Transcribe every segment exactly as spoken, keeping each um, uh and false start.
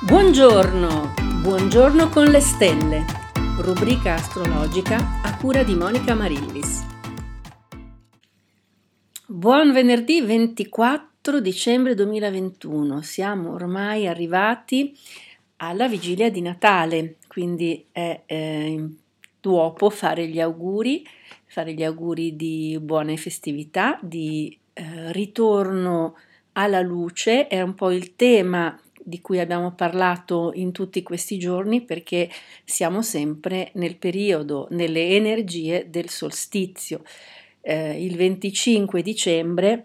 Buongiorno, buongiorno con le stelle, rubrica astrologica a cura di Monica Marillis. Buon venerdì ventiquattro dicembre duemilaventuno, siamo ormai arrivati alla vigilia di Natale, quindi è eh, dopo fare gli auguri, fare gli auguri di buone festività, di eh, ritorno alla luce, è un po' il tema di cui abbiamo parlato in tutti questi giorni perché siamo sempre nel periodo, nelle energie del solstizio. Eh, il venticinque dicembre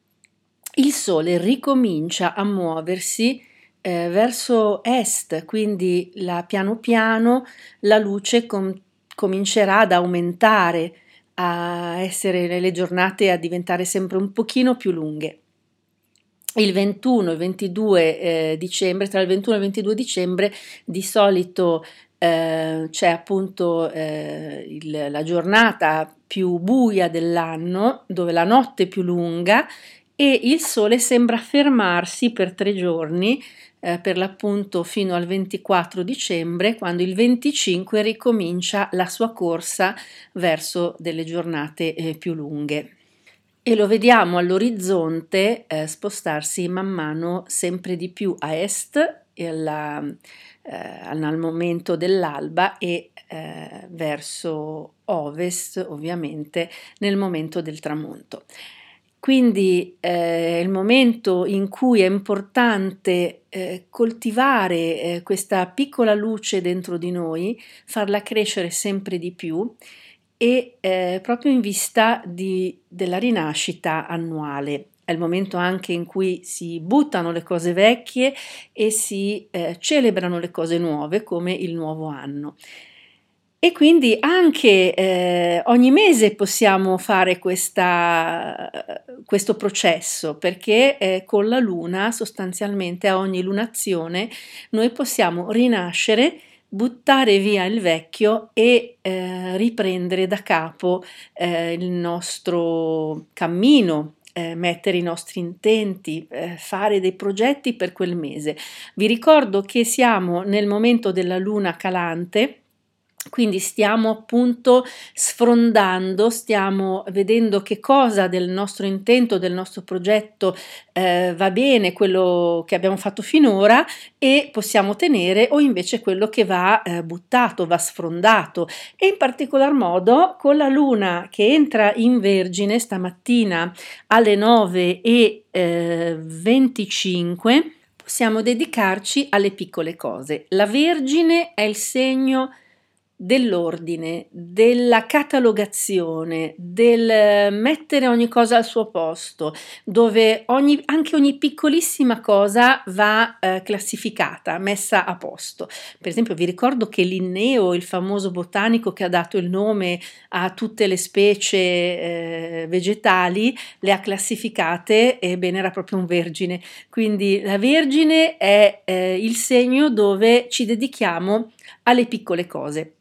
il Sole ricomincia a muoversi eh, verso est, quindi la, piano piano la luce com- comincerà ad aumentare, a essere le giornate a diventare sempre un pochino più lunghe. Il ventuno e il ventidue eh, dicembre, tra il ventuno e il ventidue dicembre di solito eh, c'è appunto eh, il, la giornata più buia dell'anno, dove la notte è più lunga e il Sole sembra fermarsi per tre giorni, eh, per l'appunto fino al ventiquattro dicembre, quando il venticinque ricomincia la sua corsa verso delle giornate eh, più lunghe. E lo vediamo all'orizzonte eh, spostarsi man mano sempre di più a est e alla, eh, al momento dell'alba e eh, verso ovest ovviamente nel momento del tramonto. Quindi eh, è il momento in cui è importante eh, coltivare eh, questa piccola luce dentro di noi, farla crescere sempre di più e eh, proprio in vista di, della rinascita annuale. È il momento anche in cui si buttano le cose vecchie e si eh, celebrano le cose nuove come il nuovo anno. E quindi anche eh, ogni mese possiamo fare questa, questo processo perché eh, con la luna sostanzialmente a ogni lunazione noi possiamo rinascere, buttare via il vecchio e eh, riprendere da capo eh, il nostro cammino, eh, mettere i nostri intenti, eh, fare dei progetti per quel mese. Vi ricordo che siamo nel momento della luna calante. Quindi stiamo appunto sfrondando, stiamo vedendo che cosa del nostro intento, del nostro progetto eh, va bene, quello che abbiamo fatto finora e possiamo tenere o invece quello che va eh, buttato, va sfrondato e in particolar modo con la luna che entra in Vergine stamattina alle nove e venticinque possiamo dedicarci alle piccole cose. La Vergine è il segno dell'ordine, della catalogazione, del mettere ogni cosa al suo posto, dove ogni, anche ogni piccolissima cosa va eh, classificata, messa a posto. Per esempio, vi ricordo che Linneo, il famoso botanico che ha dato il nome a tutte le specie eh, vegetali, le ha classificate, ebbene era proprio un vergine. Quindi la Vergine è eh, il segno dove ci dedichiamo alle piccole cose,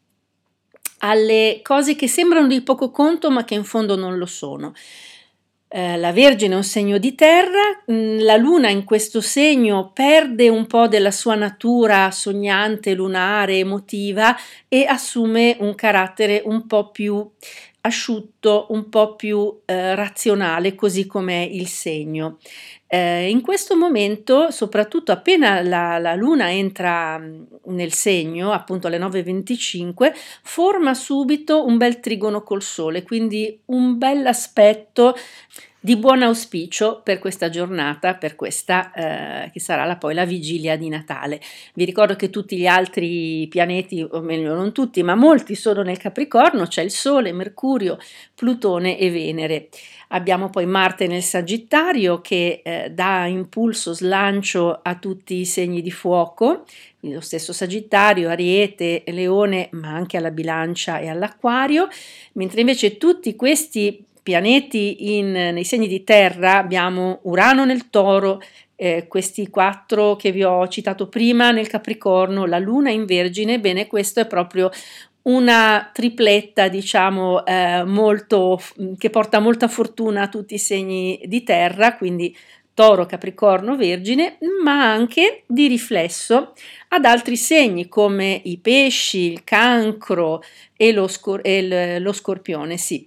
alle cose che sembrano di poco conto ma che in fondo non lo sono. Eh, la Vergine è un segno di terra, mh, la luna in questo segno perde un po' della sua natura sognante, lunare, emotiva e assume un carattere un po' più asciutto, un po' più eh, razionale, così come il segno. Eh, in questo momento, soprattutto appena la, la luna entra nel segno, appunto alle nove e venticinque, forma subito un bel trigono col sole, quindi un bel aspetto di buon auspicio per questa giornata, per questa eh, che sarà la, poi la vigilia di Natale. Vi ricordo che tutti gli altri pianeti, o meglio non tutti, ma molti sono nel Capricorno, c'è il Sole, Mercurio, Plutone e Venere. Abbiamo poi Marte nel Sagittario che eh, dà impulso, slancio a tutti i segni di fuoco, quindi lo stesso Sagittario, Ariete, Leone, ma anche alla Bilancia e all'Acquario, mentre invece tutti questi pianeti in, nei segni di terra abbiamo Urano nel Toro, eh, questi quattro che vi ho citato prima nel Capricorno, la Luna in Vergine. Bene, questo è proprio una tripletta, diciamo, eh, molto che porta molta fortuna a tutti i segni di terra, quindi Toro, Capricorno, Vergine, ma anche di riflesso ad altri segni come i pesci, il cancro e lo, scor- e il- lo scorpione, sì.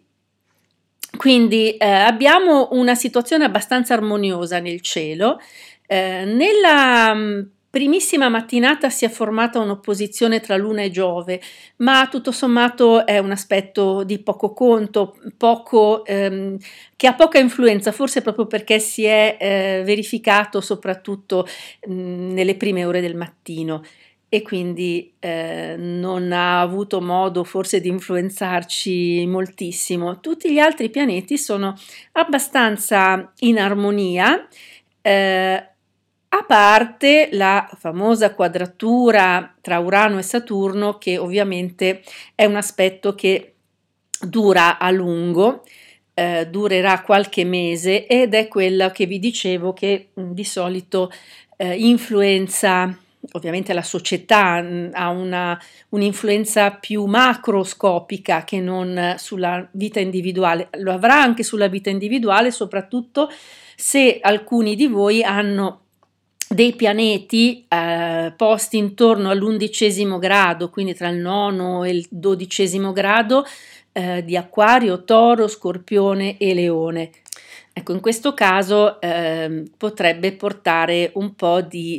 Quindi eh, abbiamo una situazione abbastanza armoniosa nel cielo. Eh, nella mh, primissima mattinata si è formata un'opposizione tra Luna e Giove, ma tutto sommato è un aspetto di poco conto, poco, ehm, che ha poca influenza, forse proprio perché si è eh, verificato soprattutto mh, nelle prime ore del mattino e quindi eh, non ha avuto modo forse di influenzarci moltissimo. Tutti gli altri pianeti sono abbastanza in armonia, eh, a parte la famosa quadratura tra Urano e Saturno, che ovviamente è un aspetto che dura a lungo, eh, durerà qualche mese ed è quella che vi dicevo che mh, di solito eh, influenza. Ovviamente la società mh, ha una, un'influenza più macroscopica che non sulla vita individuale, lo avrà anche sulla vita individuale, soprattutto se alcuni di voi hanno dei pianeti eh, posti intorno all'undicesimo grado, quindi tra il nono e il dodicesimo grado eh, di Acquario, Toro, Scorpione e Leone. Ecco, in questo caso eh, potrebbe portare un po' di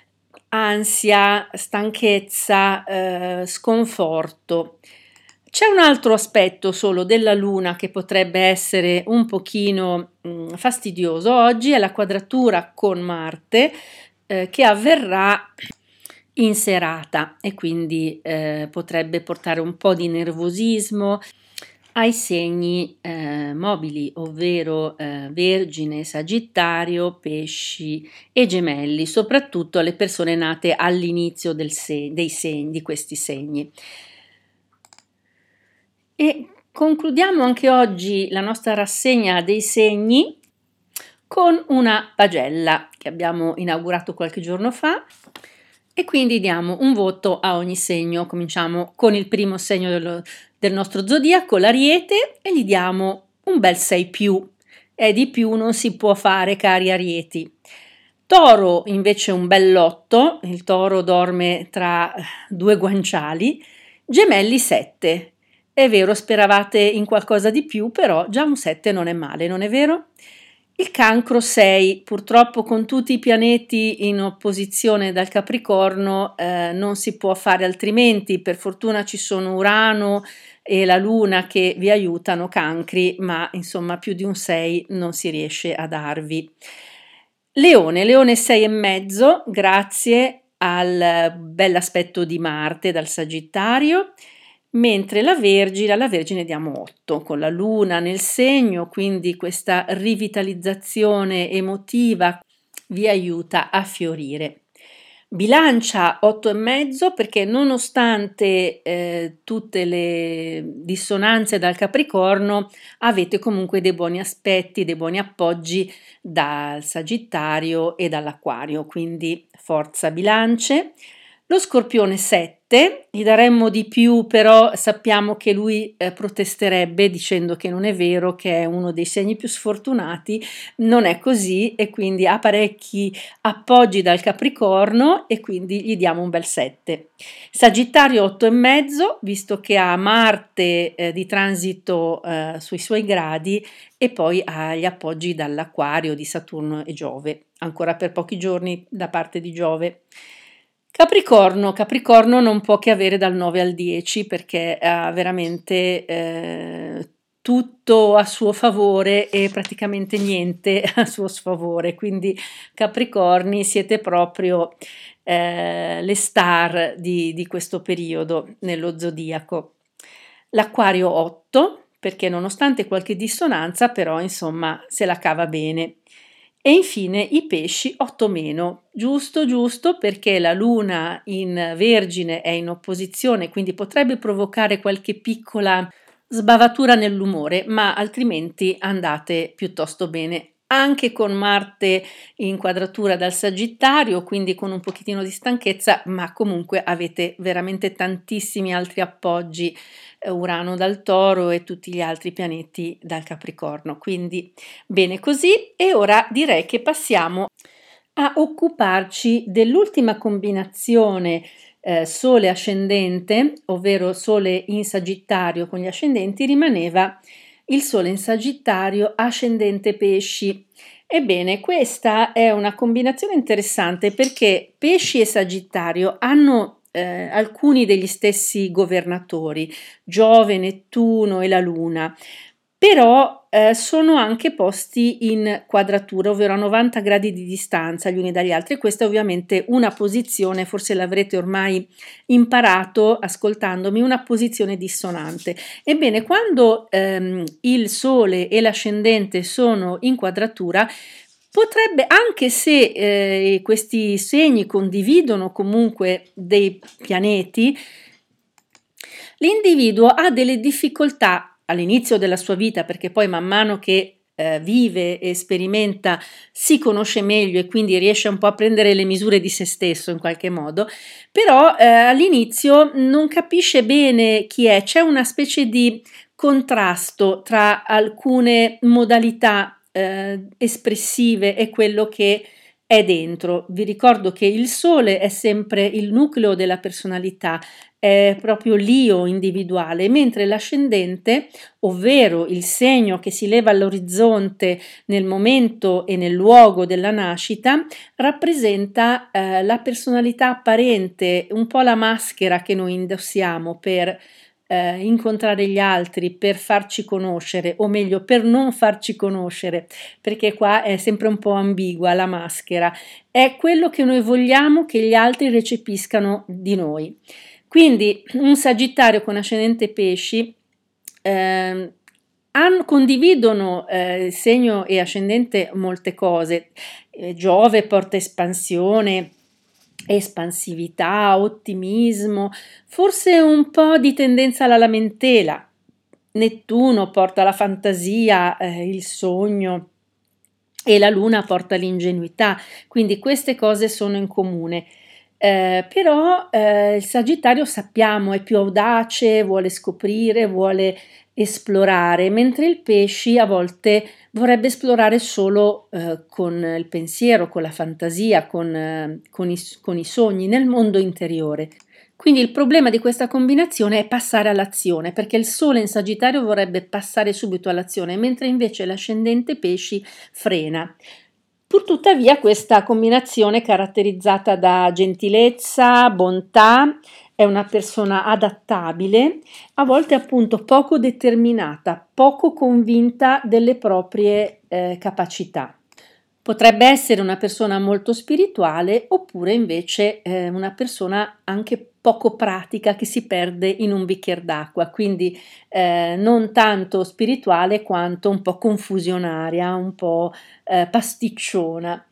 ansia, stanchezza, eh, sconforto. C'è un altro aspetto solo della Luna che potrebbe essere un pochino mh, fastidioso oggi, è la quadratura con Marte eh, che avverrà in serata e quindi eh, potrebbe portare un po' di nervosismo ai segni eh, mobili, ovvero eh, Vergine, Sagittario, Pesci e Gemelli, soprattutto alle persone nate all'inizio del se- dei segni, di questi segni. E concludiamo anche oggi la nostra rassegna dei segni con una pagella che abbiamo inaugurato qualche giorno fa e quindi diamo un voto a ogni segno. Cominciamo con il primo segno dello, del nostro zodiaco, l'Ariete, e gli diamo un bel sei più. E di più non si può fare, cari Arieti. Toro invece un bell'otto, il Toro dorme tra due guanciali. Gemelli sette. È vero, speravate in qualcosa di più, però già un sette non è male, non è vero? Il Cancro sei, purtroppo con tutti i pianeti in opposizione dal Capricorno eh, non si può fare altrimenti, per fortuna ci sono Urano e la Luna che vi aiutano, Cancri, ma insomma più di un sei non si riesce a darvi. Leone, Leone sei e mezzo, grazie al bell'aspetto di Marte dal Sagittario, mentre la Vergine, alla Vergine diamo otto, con la Luna nel segno, quindi questa rivitalizzazione emotiva vi aiuta a fiorire. Bilancia otto e mezzo perché nonostante eh, tutte le dissonanze dal Capricorno avete comunque dei buoni aspetti, dei buoni appoggi dal Sagittario e dall'Acquario, quindi forza Bilance. Lo Scorpione sette, gli daremmo di più, però sappiamo che lui eh, protesterebbe dicendo che non è vero, che è uno dei segni più sfortunati, non è così e quindi ha parecchi appoggi dal Capricorno e quindi gli diamo un bel sette. Sagittario otto e mezzo, visto che ha Marte eh, di transito eh, sui suoi gradi e poi ha gli appoggi dall'Acquario di Saturno e Giove, ancora per pochi giorni da parte di Giove. Capricorno, Capricorno non può che avere dal nove al dieci perché ha veramente eh, tutto a suo favore e praticamente niente a suo sfavore, quindi Capricorni siete proprio eh, le star di, di questo periodo nello zodiaco. L'Acquario otto, perché nonostante qualche dissonanza, però insomma se la cava bene. E infine i pesci otto meno, giusto giusto perché la luna in Vergine è in opposizione, quindi potrebbe provocare qualche piccola sbavatura nell'umore, ma altrimenti andate piuttosto bene anche con Marte in quadratura dal Sagittario, quindi con un pochettino di stanchezza, ma comunque avete veramente tantissimi altri appoggi, eh, Urano dal Toro e tutti gli altri pianeti dal Capricorno. Quindi bene così, e ora direi che passiamo a occuparci dell'ultima combinazione eh, Sole ascendente, ovvero Sole in Sagittario con gli ascendenti. Rimaneva il Sole in Sagittario ascendente Pesci. Ebbene, questa è una combinazione interessante perché Pesci e Sagittario hanno eh, alcuni degli stessi governatori, Giove, Nettuno e la Luna, però eh, sono anche posti in quadratura, ovvero a novanta gradi di distanza gli uni dagli altri. Questa è ovviamente una posizione, forse l'avrete ormai imparato ascoltandomi, una posizione dissonante. Ebbene, quando ehm, il Sole e l'ascendente sono in quadratura, potrebbe, anche se eh, questi segni condividono comunque dei pianeti, l'individuo ha delle difficoltà all'inizio della sua vita, perché poi man mano che eh, vive e sperimenta si conosce meglio e quindi riesce un po' a prendere le misure di se stesso in qualche modo, però eh, all'inizio non capisce bene chi è, c'è una specie di contrasto tra alcune modalità eh, espressive e quello che è dentro. Vi ricordo che il Sole è sempre il nucleo della personalità, è proprio l'io individuale, mentre l'ascendente, ovvero il segno che si leva all'orizzonte nel momento e nel luogo della nascita, rappresenta eh, la personalità apparente, un po' la maschera che noi indossiamo per eh, incontrare gli altri, per farci conoscere, o meglio per non farci conoscere, perché qua è sempre un po' ambigua la maschera, è quello che noi vogliamo che gli altri recepiscano di noi. Quindi un Sagittario con ascendente Pesci eh, hanno, condividono eh, segno e ascendente molte cose. Eh, Giove porta espansione, espansività, ottimismo, forse un po' di tendenza alla lamentela. Nettuno porta la fantasia, eh, il sogno, e la Luna porta l'ingenuità, quindi queste cose sono in comune. Eh, però eh, il Sagittario, sappiamo, è più audace, vuole scoprire, vuole esplorare, mentre il Pesci a volte vorrebbe esplorare solo eh, con il pensiero, con la fantasia, con, eh, con, i, con i sogni, nel mondo interiore. Quindi il problema di questa combinazione è passare all'azione, perché il Sole in Sagittario vorrebbe passare subito all'azione, mentre invece l'ascendente Pesci frena. Purtuttavia questa combinazione è caratterizzata da gentilezza, bontà, è una persona adattabile, a volte appunto poco determinata, poco convinta delle proprie eh, capacità. Potrebbe essere una persona molto spirituale oppure invece eh, una persona anche poco pratica che si perde in un bicchiere d'acqua, quindi eh, non tanto spirituale quanto un po' confusionaria, un po' eh, pasticciona.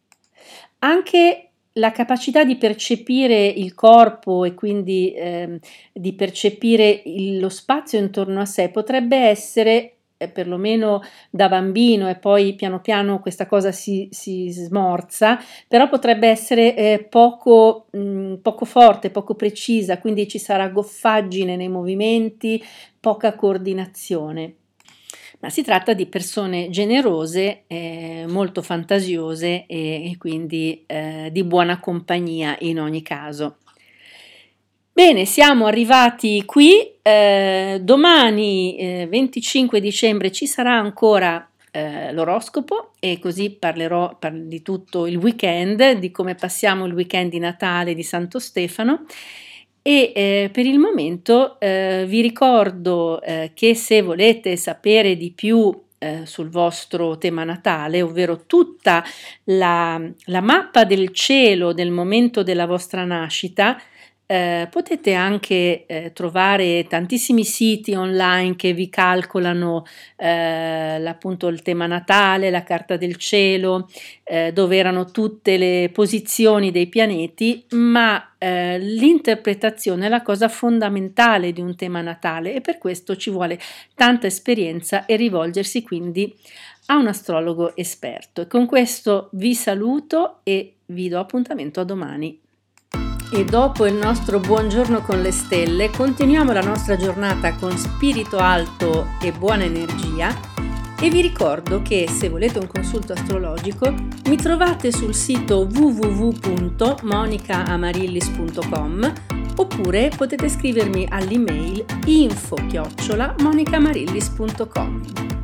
Anche la capacità di percepire il corpo e quindi eh, di percepire il, lo spazio intorno a sé potrebbe essere, eh, perlomeno da bambino, e poi piano piano questa cosa si, si smorza, però potrebbe essere eh, poco, mh, poco forte, poco precisa, quindi ci sarà goffaggine nei movimenti, poca coordinazione. Ma si tratta di persone generose, eh, molto fantasiose e, e quindi eh, di buona compagnia in ogni caso. Bene, siamo arrivati qui. Eh, domani eh, venticinque dicembre ci sarà ancora eh, l'oroscopo e così parlerò par- di tutto il weekend, di come passiamo il weekend di Natale di Santo Stefano. E eh, per il momento eh, vi ricordo eh, che se volete sapere di più eh, sul vostro tema natale, ovvero tutta la, la mappa del cielo del momento della vostra nascita, eh, potete anche eh, trovare tantissimi siti online che vi calcolano eh, appunto il tema natale, la carta del cielo, eh, dove erano tutte le posizioni dei pianeti, ma eh, l'interpretazione è la cosa fondamentale di un tema natale e per questo ci vuole tanta esperienza e rivolgersi quindi a un astrologo esperto. E con questo vi saluto e vi do appuntamento a domani. E dopo il nostro buongiorno con le stelle, continuiamo la nostra giornata con spirito alto e buona energia. E vi ricordo che se volete un consulto astrologico mi trovate sul sito w w w punto monica amarillis punto com oppure potete scrivermi all'email info chiocciola monica amarillis punto com.